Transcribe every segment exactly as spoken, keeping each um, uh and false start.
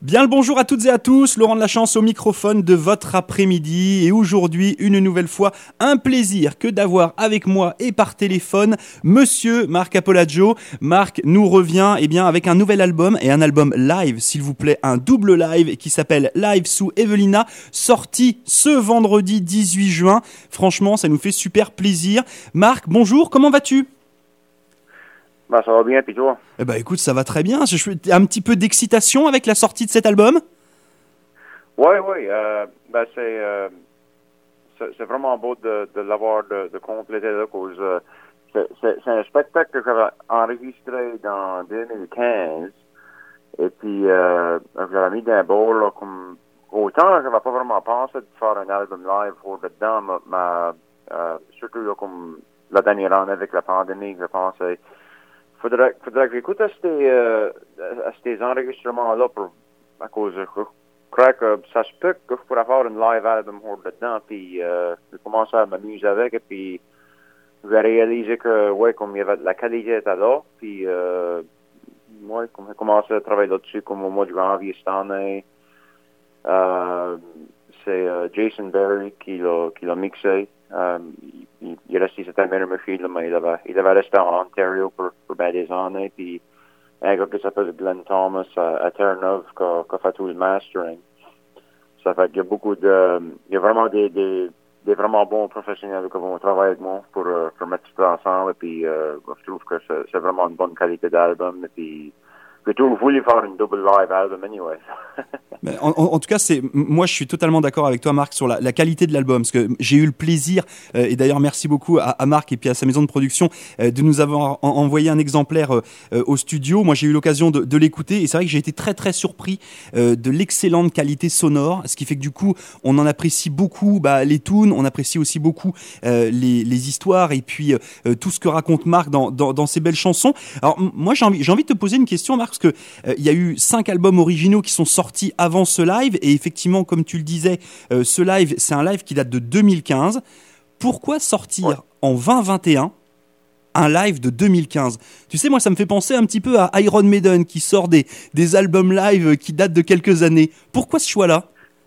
Bien le bonjour à toutes et à tous, Laurent de la Chance au microphone de votre après-midi et aujourd'hui une nouvelle fois un plaisir que d'avoir avec moi et par téléphone Monsieur Marc Apolaggio. Marc nous revient eh bien, avec un nouvel album et un album live s'il vous plaît, un double live qui s'appelle Live sous Evelina, sorti ce vendredi dix-huit juin. Franchement ça nous fait super plaisir. Marc, bonjour, comment vas-tu ? Bah, ça va bien, puis toi? Eh ben, écoute, ça va très bien. Je suis un petit peu d'excitation avec la sortie de cet album. Oui, oui. Euh, ben, c'est, euh, c'est, c'est vraiment beau de, de l'avoir de, de compléter là, cause euh, c'est, c'est, c'est un spectacle que j'avais enregistré dans deux mille quinze. Et puis, euh, j'avais mis d'un bord, là, comme autant, je n'avais pas vraiment pensé de faire un album live pour dedans, mais, mais euh, surtout là, comme la dernière année avec la pandémie, je pensais. Faudrait, faudrait que j'écoute à ces, euh, à ces enregistrements-là pour, à cause, je crois que ça se peut que je pourrais faire une live album hors dedans, puis euh, je commence à m'amuser avec, et puis j'ai réalisé que, ouais, comme il y avait de la qualité était là, puis euh, ouais, comme j'ai commencé à travailler là-dessus, comme au mois de janvier cette année, euh, c'est euh, Jason Berry qui l'a, qui l'a mixé. Um, il, il est resté cette année à Machine, mais il avait, il avait resté en Ontario pour, pour bien des années. Puis, un gars qui s'appelle Glenn Thomas à, à Terre-Neuve qui a, qui a fait tout le mastering. Ça fait qu'il y a beaucoup de, il y a vraiment des, des, des vraiment bons professionnels qui vont travailler avec moi pour, euh, pour mettre tout ça ensemble. Et puis, euh, je trouve que c'est, c'est vraiment une bonne qualité d'album. Et puis, j'ai toujours voulu faire une double live album anyway. En, en, en tout cas, c'est moi je suis totalement d'accord avec toi, Marc, sur la, la qualité de l'album, parce que j'ai eu le plaisir, euh, et d'ailleurs merci beaucoup à, à Marc et puis à sa maison de production euh, de nous avoir en, envoyé un exemplaire euh, au studio. Moi j'ai eu l'occasion de, de l'écouter et c'est vrai que j'ai été très très surpris euh, de l'excellente qualité sonore, ce qui fait que du coup on en apprécie beaucoup bah, les tunes, on apprécie aussi beaucoup euh, les, les histoires et puis euh, tout ce que raconte Marc dans, dans, dans ses belles chansons. Alors m- moi j'ai envie, j'ai envie de te poser une question, Marc, parce que il euh, y a eu cinq albums originaux qui sont sortis avant ce live et effectivement comme tu le disais euh, ce live c'est un live qui date de deux mille quinze. Pourquoi sortir ouais. en vingt vingt et un un live de deux mille quinze? Tu sais, moi ça me fait penser un petit peu à Iron Maiden qui sort des, des albums live qui datent de quelques années. Pourquoi ce choix là?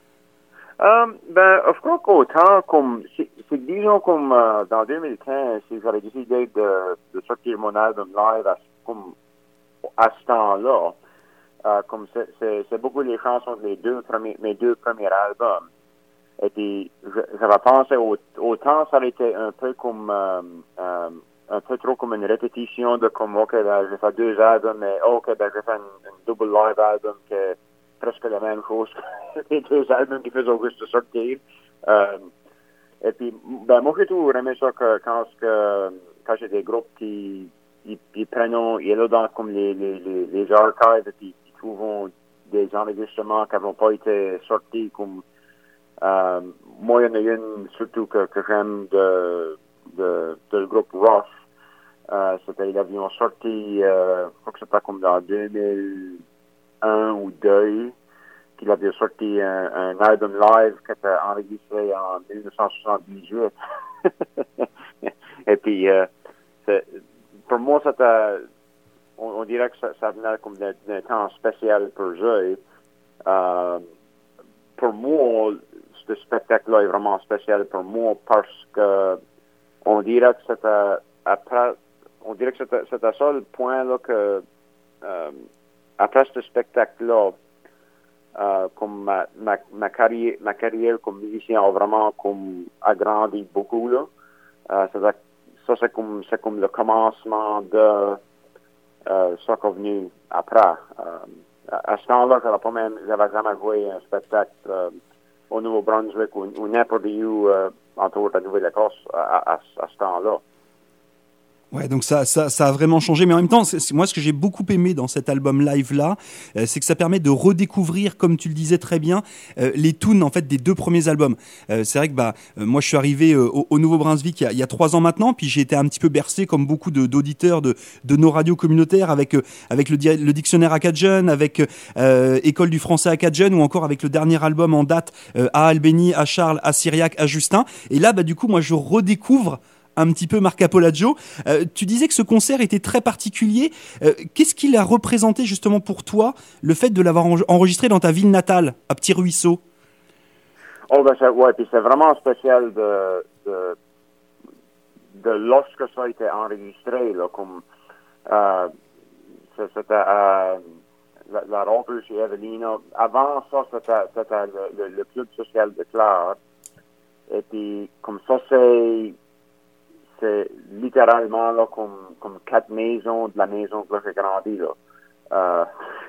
Um, ben, je crois qu'autant comme c'est, c'est disons comme euh, dans deux mille quinze si j'avais décidé de, de sortir mon album live à, comme à ce temps-là. Uh, comme c'est, c'est, c'est beaucoup les chansons de mes deux premiers, mes deux premiers albums. Et puis, j'avais pensé au, autant ça aurait été un peu comme, euh, euh, un peu trop comme une répétition de comme, ok, ben, j'ai fait deux albums, mais ok, ben, j'ai fait une, une double live album qui est presque la même chose que les deux albums qui faisaient juste sortir. Euh, et puis, ben, moi, j'ai toujours aimé ça que quand, que, quand j'ai des groupes qui, ils, ils prennent, ils sont dans comme les, les, les, les archives et puis trouvons des enregistrements qui n'ont pas été sortis comme euh, moi il y en a une surtout que, que j'aime de, de, de le groupe Rush. Euh, c'était ils avaient sorti euh, je crois que c'était comme dans deux mille un ou deux qu'il avait sorti un, un album live qui était enregistré en dix-neuf cent soixante-dix-huit. Et puis euh, c'est, pour moi c'était On, on dirait que ça, ça venait comme d'un, d'un temps spécial pour eux. Euh, pour moi, ce spectacle-là est vraiment spécial pour moi parce que on dirait que c'était après, on dirait que c'était, c'était ça le point là que euh, après ce spectacle-là, euh, comme ma, ma, ma carrière, ma carrière comme musicien a vraiment comme agrandi beaucoup là. Euh, ça, ça c'est comme c'est comme le commencement de Euh, ça qui est venu après. Euh, à, à ce temps-là, j'avais pas même, j'avais jamais joué un spectacle euh, au Nouveau-Brunswick ou, ou n'importe où euh, autour de la Nouvelle-Écosse à, à, à ce temps-là. Ouais, donc ça, ça, ça a vraiment changé. Mais en même temps, c'est, c'est, moi, ce que j'ai beaucoup aimé dans cet album live-là, euh, c'est que ça permet de redécouvrir, comme tu le disais très bien, euh, les tunes en fait des deux premiers albums. Euh, c'est vrai que bah, euh, moi, je suis arrivé euh, au, au Nouveau-Brunswick il y, a, il y a trois ans maintenant, puis j'ai été un petit peu bercé, comme beaucoup de, d'auditeurs de, de nos radios communautaires, avec euh, avec le, le dictionnaire Acadian, avec euh, École du français Acadian, ou encore avec le dernier album en date euh, à Albany, à Charles, à Syriac, à Justin. Et là, bah du coup, moi, je redécouvre un petit peu Marc Apolaccio. Euh, tu disais que ce concert était très particulier. Euh, qu'est-ce qu'il a représenté justement pour toi, le fait de l'avoir en- enregistré dans ta ville natale, à Petit-Ruisseau? Oh, ben, c'est, ouais, puis c'est vraiment spécial de, de, de lorsque ça a été enregistré, là, comme, euh, c'était, euh, la, la rompe chez Evelina. Avant ça, c'était, c'était le, le, le club social de Clare. Et puis, comme ça, c'est, c'est littéralement, là, comme, comme quatre maisons de la maison que j'ai grandi, là. Euh,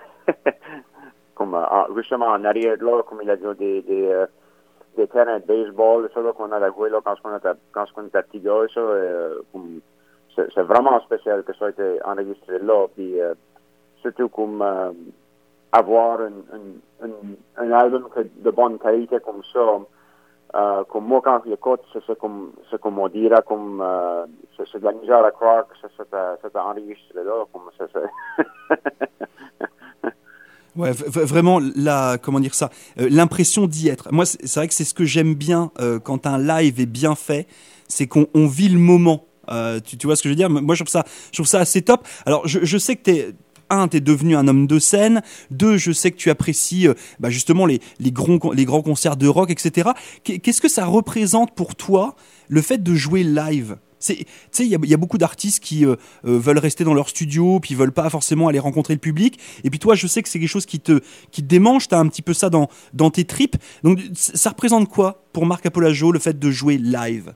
comme, en, justement, en arrière, là, comme il a dit, des, des, euh, des terrains de baseball, ça, là, qu'on a joué, là, quand on était, quand on était petit gars, ça, euh, comme, c'est, c'est vraiment spécial que ça ait été enregistré là, puis, euh, surtout comme, euh, avoir un, un, un, un album de bonne qualité comme ça, euh, comme moi, quand je l'écoute, c'est, c'est comme, c'est comme on dirait, comme, euh, c'est, c'est de la misère à croire que ça, c'était, c'était enregistré là, comme ça, c'est... Ouais, v- vraiment, la, comment dire ça, euh, l'impression d'y être. Moi, c'est, c'est vrai que c'est ce que j'aime bien euh, quand un live est bien fait, c'est qu'on on vit le moment. Euh, tu, tu vois ce que je veux dire? Moi, je trouve ça, je trouve ça assez top. Alors, je, je sais que t'es un, t'es devenu un homme de scène. Deux, je sais que tu apprécies euh, bah, justement les, les, grands, les grands concerts de rock, et cetera. Qu'est-ce que ça représente pour toi, le fait de jouer live? Tu sais, il y, y a beaucoup d'artistes qui euh, euh, veulent rester dans leur studio, puis veulent pas forcément aller rencontrer le public. Et puis toi, je sais que c'est quelque chose qui te, qui te démange, tu as un petit peu ça dans, dans tes tripes. Donc ça représente quoi pour Marc Apolaccio, le fait de jouer live?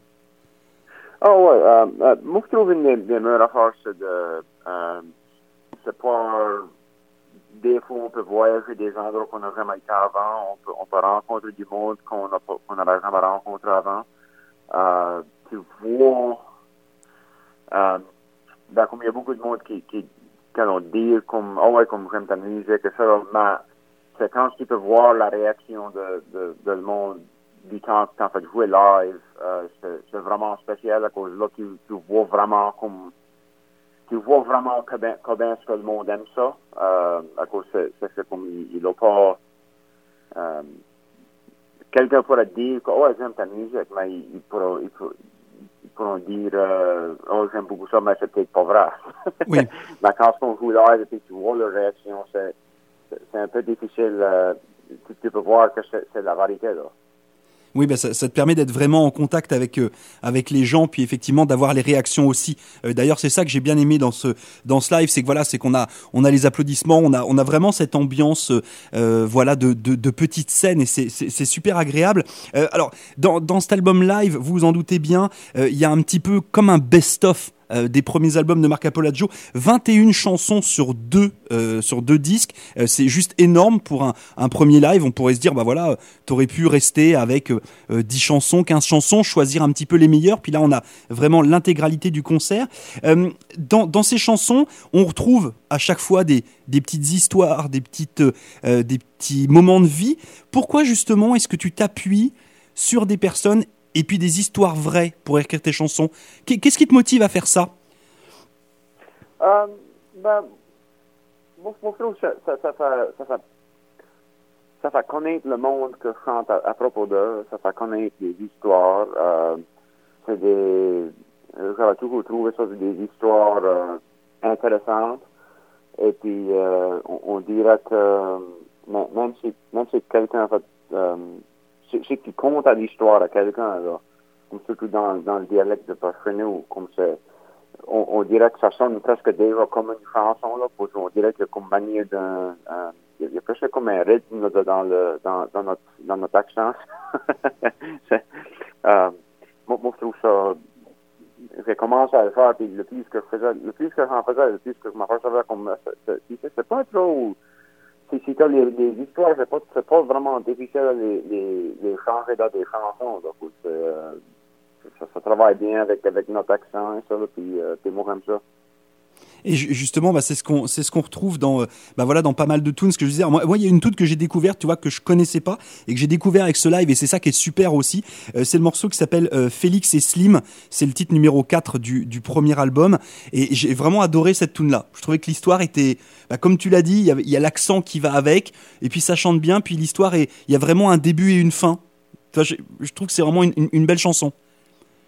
Oh ouais, euh, euh, moi je trouve une des, des meilleures affaires, c'est de... Euh, c'est pas... Des fois, on peut voyager des endroits qu'on n'a jamais été avant, on peut, on peut rencontrer du monde qu'on n'a pas, qu'on n'avait jamais rencontré avant. Euh, tu vois... Euh, ben, comme il y a beaucoup de monde qui, qui, qui ont dit comme, oh ouais, comme j'aime ta musique, et ça, mais c'est quand tu peux voir la réaction de, de, de le monde du temps que tu as joué live, euh, c'est, c'est vraiment spécial à cause là, tu, tu vois vraiment comme, tu vois vraiment combien, combien est-ce que le monde aime ça, euh, à cause c'est, c'est, c'est comme, il n'a pas, euh, quelqu'un pourrait dire que, oh, j'aime ta musique, mais il, il pourra, il pourra, ils pourront dire euh, oh j'aime beaucoup ça mais c'est peut-être pas vrai. Oui. Mais quand on joue live et puis tu vois leur réaction, c'est, c'est, c'est un peu difficile. Euh, tu, tu peux voir que c'est, c'est la vérité là. Oui, bah ça, ça te permet d'être vraiment en contact avec euh, avec les gens, puis effectivement d'avoir les réactions aussi. Euh, d'ailleurs, c'est ça que j'ai bien aimé dans ce dans ce live, c'est que voilà, c'est qu'on a on a les applaudissements, on a on a vraiment cette ambiance, euh, voilà, de, de de petites scènes et c'est c'est, c'est super agréable. Euh, alors dans dans cet album live, vous vous en doutez bien, euh, il y a un petit peu comme un best-of Euh, des premiers albums de Marc Apolaccio, vingt et une chansons sur deux euh, sur deux disques, euh, c'est juste énorme pour un, un premier live. On pourrait se dire bah voilà, t'aurais pu rester avec euh, dix chansons, quinze chansons, choisir un petit peu les meilleures, puis là on a vraiment l'intégralité du concert. Euh, dans, dans ces chansons, on retrouve à chaque fois des, des petites histoires, des, petites, euh, des petits moments de vie. Pourquoi justement est-ce que tu t'appuies sur des personnes et puis des histoires vraies pour écrire tes chansons? Qu'est-ce qui te motive à faire ça? Euh, ben, moi, moi, je trouve que ça, ça, ça, fait, ça, fait, ça fait connaître le monde que je chante à, à propos d'eux, ça fait connaître des histoires. Euh, c'est des... J'avais toujours trouvé ça des histoires euh, intéressantes. Et puis, euh, on, on dirait que même si, même si quelqu'un, en fait, euh, c'est que tu comptes à l'histoire à quelqu'un, là, comme surtout dans, dans le dialecte de chez nous, comme c'est, on, on dirait que ça sonne presque déjà comme une chanson, là, parce qu'on dirait qu'il y a comme manière d'un, un, il y a presque comme un rythme là, dans le, dans, dans notre, dans notre accent. c'est, euh, moi, moi, je trouve ça, j'ai commencé à le faire, puis le plus que je faisais, le plus que j'en faisais, le plus que je m'apercevais comme, c'est, c'est, c'est pas trop, Si, si tu as les, les histoires, c'est pas, c'est pas vraiment difficile de les, les, les changer dans des chansons. Donc, c'est, euh, ça, ça travaille bien avec, avec notre accent, et ça, là, puis, euh, puis moi, comme ça. Et justement, bah, c'est ce qu'on c'est ce qu'on retrouve dans bah voilà dans pas mal de tunes. Ce que je disais, moi, moi, il y a une tune que j'ai découverte, tu vois, que je connaissais pas et que j'ai découvert avec ce live, et c'est ça qui est super aussi. Euh, c'est le morceau qui s'appelle euh, Félix et Slim. C'est le titre numéro quatre du du premier album, et j'ai vraiment adoré cette tune là. Je trouvais que l'histoire était, bah, comme tu l'as dit, il y a, il y a l'accent qui va avec, et puis ça chante bien, puis l'histoire est, il y a vraiment un début et une fin. Tu vois, je, je trouve que c'est vraiment une, une, une belle chanson.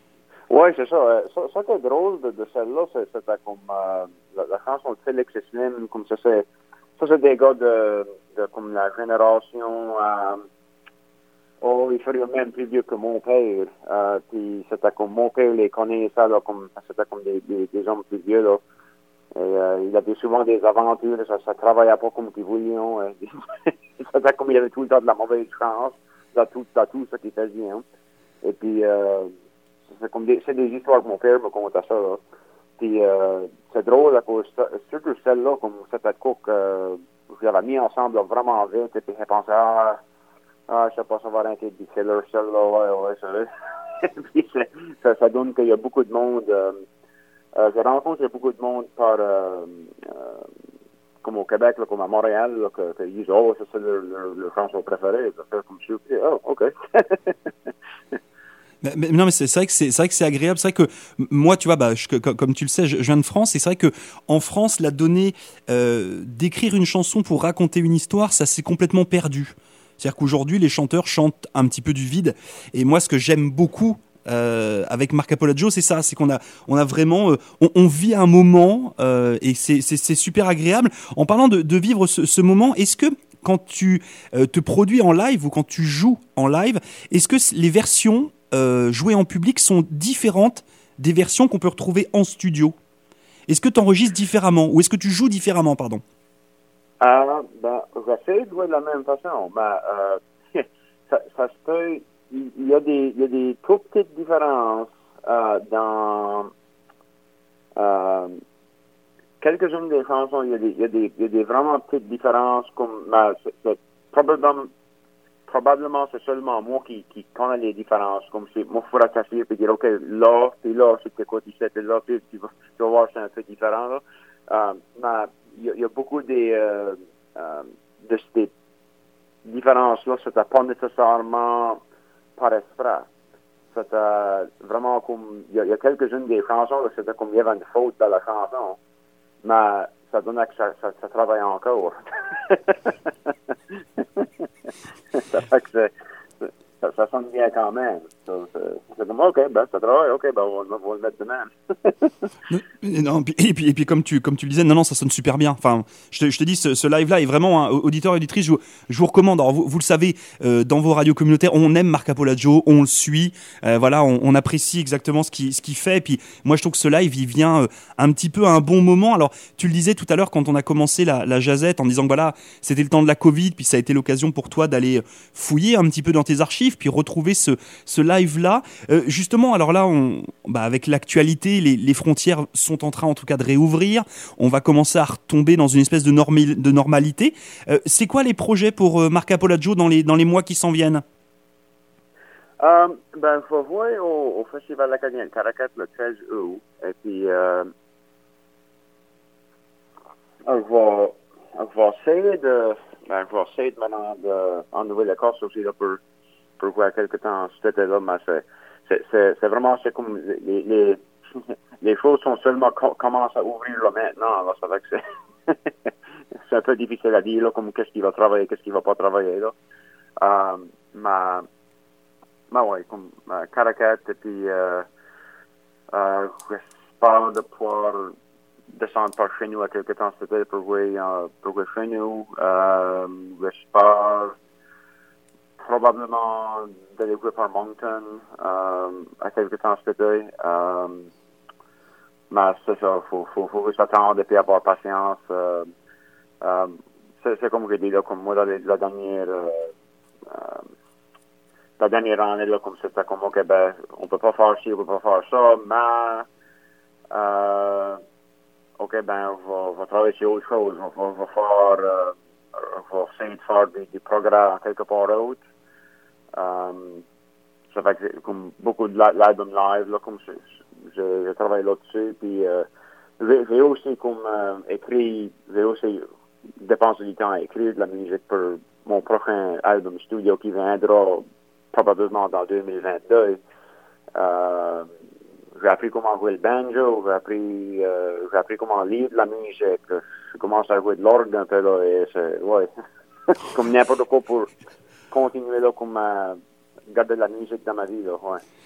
Oui, c'est ça. Euh, ça. Ça qui est drôle de, de celle-là, c'est, c'était comme euh, la, la chanson de Félix et Slim, comme ça, c'est ça, c'est des gars de, de comme la génération. Euh, oh, il ferait même plus vieux que mon père. Euh, puis c'était comme mon père les connaissait là, comme c'était comme des, des, des hommes plus vieux là. Et, euh, il avait souvent des aventures, ça, ça travaillait pas comme qu'ils voulaient. Hein. C'était comme il avait tout le temps de la mauvaise chance dans tout, dans tout ce qu'il faisait. Hein. Et puis euh, c'est comme des, c'est des histoires que mon père me contait ça. Là. Puis euh, c'est drôle à cause surtout celle-là, comme c'était quoi que j'avais mis ensemble là, vraiment vite. Et puis j'ai pensé ah, ah je sais pas, ça va arrêter du killer celle-là, ouais, ouais, ça. Puis ça, ça donne qu'il y a beaucoup de monde. Euh, euh, je rencontre beaucoup de monde par euh, euh, comme au Québec, là, comme à Montréal, là, que, que ils disent oh, ça c'est leur, leur, leur chanson préférée. Je fais comme je suis, oh, ok. Mais, mais, non mais c'est, c'est vrai que c'est, c'est vrai que c'est agréable. C'est vrai que moi, tu vois, bah, je, comme, comme tu le sais, je, je viens de France et c'est vrai que en France, la donnée euh, d'écrire une chanson pour raconter une histoire, ça s'est complètement perdu. C'est-à-dire qu'aujourd'hui, les chanteurs chantent un petit peu du vide. Et moi, ce que j'aime beaucoup euh, avec Marc Apologio, c'est ça, c'est qu'on a, on a vraiment, euh, on, on vit un moment euh, et c'est, c'est, c'est super agréable. En parlant de, de vivre ce, ce moment, est-ce que quand tu euh, te produis en live ou quand tu joues en live, est-ce que les versions euh, jouées en public sont différentes des versions qu'on peut retrouver en studio? Est-ce que tu enregistres différemment ou est-ce que tu joues différemment, pardon? Ah, ben, j'essaie de jouer de la même façon, mais euh, ça, ça se peut, il y a des, il y a des tout petites différences euh, dans euh, quelques-unes des chansons, il y a des, il y a des, il y a des vraiment petites différences, comme, mais c'est, c'est probablement, probablement c'est seulement moi qui, qui connais les différences, comme si moi, il faudra casser et dire, OK, là, puis là, c'est quoi tu sais, puis là, puis tu vas, tu vas voir, c'est un peu différent, là. Euh, mais il y, y a beaucoup des, euh, euh, de ces différences-là, c'était pas nécessairement par esprit. C'était vraiment comme, il y, y a quelques-unes des chansons, là, c'était comme il y avait une faute dans la chanson, mais ça donnait que ça, ça, ça travaille encore. Ça fait que c'est, ça, ça sonne bien quand même. Ça, c'est, c'est comme, OK, ben, ça travaille, OK, ben, on va, on va le mettre demain. Non, et puis, et puis comme tu comme tu le disais, non non, ça sonne super bien. Enfin, je te, je te dis, ce, ce live là est vraiment, hein, auditeur et auditrice, je, je vous recommande. Alors vous, vous le savez, euh, dans vos radios communautaires, on aime Marc Apologio, on le suit, euh, voilà, on, on apprécie exactement ce qu'il ce qu'il fait. Et puis moi, je trouve que ce live, il vient euh, un petit peu à un bon moment. Alors tu le disais tout à l'heure quand on a commencé la, la jazette en disant que voilà, c'était le temps de la Covid, puis ça a été l'occasion pour toi d'aller fouiller un petit peu dans tes archives, puis retrouver ce ce live là. Euh, justement, alors là, on, bah, avec l'actualité, les, les frontières sont en train en tout cas de réouvrir, on va commencer à retomber dans une espèce de, normi- de normalité. Euh, c'est quoi les projets pour euh, Marc Apologio dans les, dans les mois qui s'en viennent? Euh, ben, il faut voir au, au Festival acadien de Caracat le treize août. Et puis, euh, on va, on va essayer de, ben, on va essayer de maintenant d'enlever l'Écosse aussi là, pour, pour voir quelque temps cet été-là, mais c'est, c'est, c'est, c'est vraiment, c'est comme les, les les choses sont seulement co- commencent à ouvrir là maintenant, là, ça fait que c'est, c'est un peu difficile à dire, là, comme qu'est-ce qu'il va travailler, qu'est-ce qu'il va pas travailler, là. Euh, mais, mais ouais, comme, euh, Caracat, et puis, euh, euh, j'espère de pouvoir descendre par chez nous à quelque temps, c'était pour jouer, euh, pour jouer chez nous, euh, j'espère probablement d'aller jouer par Moncton, euh, à quelque temps, c'était, euh, mais c'est ça, faut, faut, faut s'attendre et puis avoir patience. Euh, euh, c'est, c'est comme je dis, là, comme moi, dans les, la dernière, euh, euh, la dernière année, là, comme c'était comme, OK, ben, on peut pas faire ci, on peut pas faire ça, mais, euh, OK, ben, on va, on va travailler sur autre chose. On va, on va faire, euh, on va essayer de faire des, des progrès quelque part d'autre. Euh, ça fait que, comme beaucoup de l'album live, là, comme je, je, je travaille là-dessus, puis, euh, j'ai, j'ai aussi comme euh, écrit, j'ai aussi dépensé du temps à écrire de la musique pour mon prochain album studio qui viendra probablement dans deux mille vingt-deux. Euh, j'ai appris comment jouer le banjo, j'ai appris, euh, j'ai appris comment lire de la musique, je commence à jouer de l'orgue un peu là, et c'est, ouais, comme n'importe quoi pour continuer là, comme euh, garder de la musique dans ma vie là, ouais.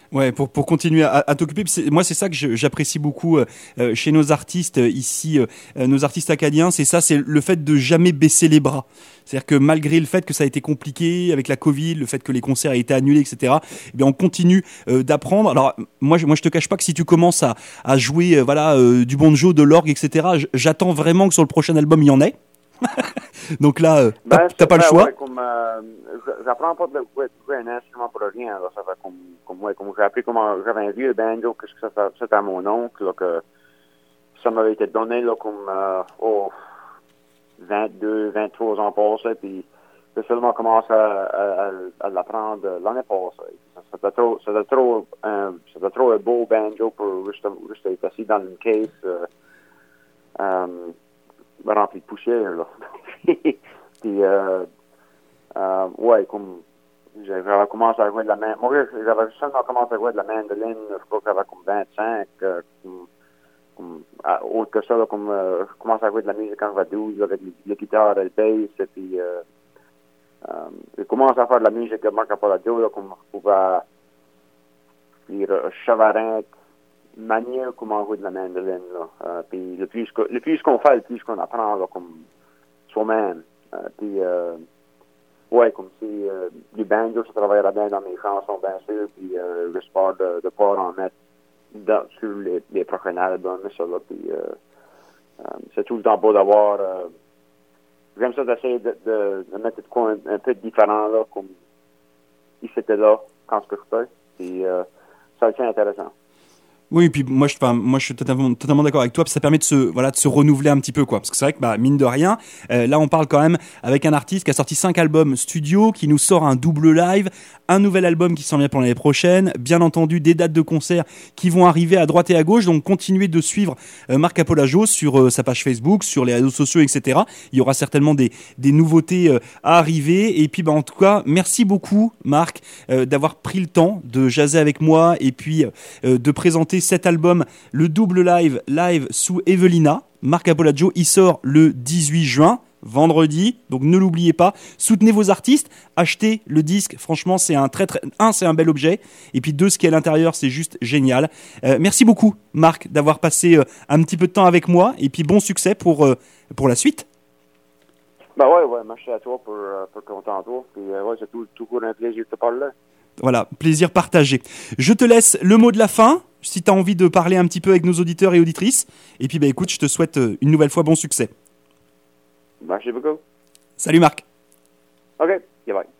Ouais, pour pour continuer à, à t'occuper. C'est, moi, c'est ça que je, j'apprécie beaucoup euh, euh, chez nos artistes euh, ici, euh, euh, nos artistes acadiens. C'est ça, c'est le fait de jamais baisser les bras. C'est-à-dire que malgré le fait que ça a été compliqué avec la Covid, le fait que les concerts aient été annulés, et cetera. Eh bien, on continue euh, d'apprendre. Alors, moi, je, moi, je te cache pas que si tu commences à à jouer, euh, voilà, euh, du banjo, de l'orgue, et cetera. J'attends vraiment que sur le prochain album il y en ait. Donc là, euh, Ben, t'as, t'as pas ben, le choix. Ouais, comme, euh, j'apprends pas de ouais, jouer un instrument pour rien. Là, ça fait comme, comme, ouais, comme j'ai appris comment j'avais un vieux banjo, qu'est-ce que ça fait, c'était à mon oncle, là, que ça m'avait été donné, là, comme, euh, oh, vingt-deux, vingt-trois ans passés, puis j'ai seulement commencé à, à, à l'apprendre l'année passée. C'était trop, c'était trop, un, c'était trop un beau banjo pour juste, juste être assis dans une caisse, euh, euh, remplie de poussière, là. Puis, euh, euh, ouais, comme j'avais commencé à jouer de la main. Moi, j'avais seulement commencé à jouer de la mandoline, je crois que j'avais comme vingt-cinq. Euh, comme, comme, à, autre que ça, là, comme euh, je commençais à jouer de la musique quand j'avais douze, avec les, les guitares et le bass. Et puis, euh, euh, j'ai commencé à faire de la musique de Marc Apollo, là, comme je pouvais dire chavarin, manière comment jouer de la mandoline. Là. Euh, puis, le plus, que, le plus qu'on fait, le plus qu'on apprend, là, comme soi-même. Euh, puis, euh, ouais, comme si euh, du banjo, ça travaillerait bien dans mes chansons, bien sûr, puis euh, j'espère de, de pouvoir en mettre dans, sur les, les prochains albums, ça, là, puis euh, euh, c'est tout le temps beau d'avoir, euh, j'aime ça d'essayer de, de, de mettre de quoi un, un peu différent, là, comme si c'était là, quand ce que je peux, puis euh, ça, c'est intéressant. Oui, et puis moi je, enfin, moi je suis totalement, totalement d'accord avec toi. Puis ça permet de se, voilà, de se renouveler un petit peu, quoi. Parce que c'est vrai que, bah, mine de rien, euh, là on parle quand même avec un artiste qui a sorti cinq albums studio, qui nous sort un double live, un nouvel album qui s'en vient pour l'année prochaine. Bien entendu, des dates de concert qui vont arriver à droite et à gauche. Donc continuez de suivre euh, Marc Apollo sur euh, sa page Facebook, sur les réseaux sociaux, et cetera. Il y aura certainement des, des nouveautés euh, à arriver. Et puis, bah, en tout cas, merci beaucoup, Marc, euh, d'avoir pris le temps de jaser avec moi et puis euh, de présenter cet album, le double live, live sous Evelina. Marc Apollo, il sort le dix-huit juin, vendredi, donc ne l'oubliez pas. Soutenez vos artistes, achetez le disque. Franchement, c'est un très très, un, c'est un bel objet, et puis deux, ce qui est à l'intérieur, c'est juste génial. Euh, merci beaucoup, Marc, d'avoir passé euh, un petit peu de temps avec moi, et puis bon succès pour euh, pour la suite. Ben ouais, ouais, merci à toi pour, euh, pour ton temps, puis euh, ouais, c'est tout, toujours un plaisir de te parler. Voilà, plaisir partagé. Je te laisse le mot de la fin, si tu as envie de parler un petit peu avec nos auditeurs et auditrices. Et puis, bah, écoute, je te souhaite une nouvelle fois bon succès. Merci beaucoup. Salut Marc. OK, bye.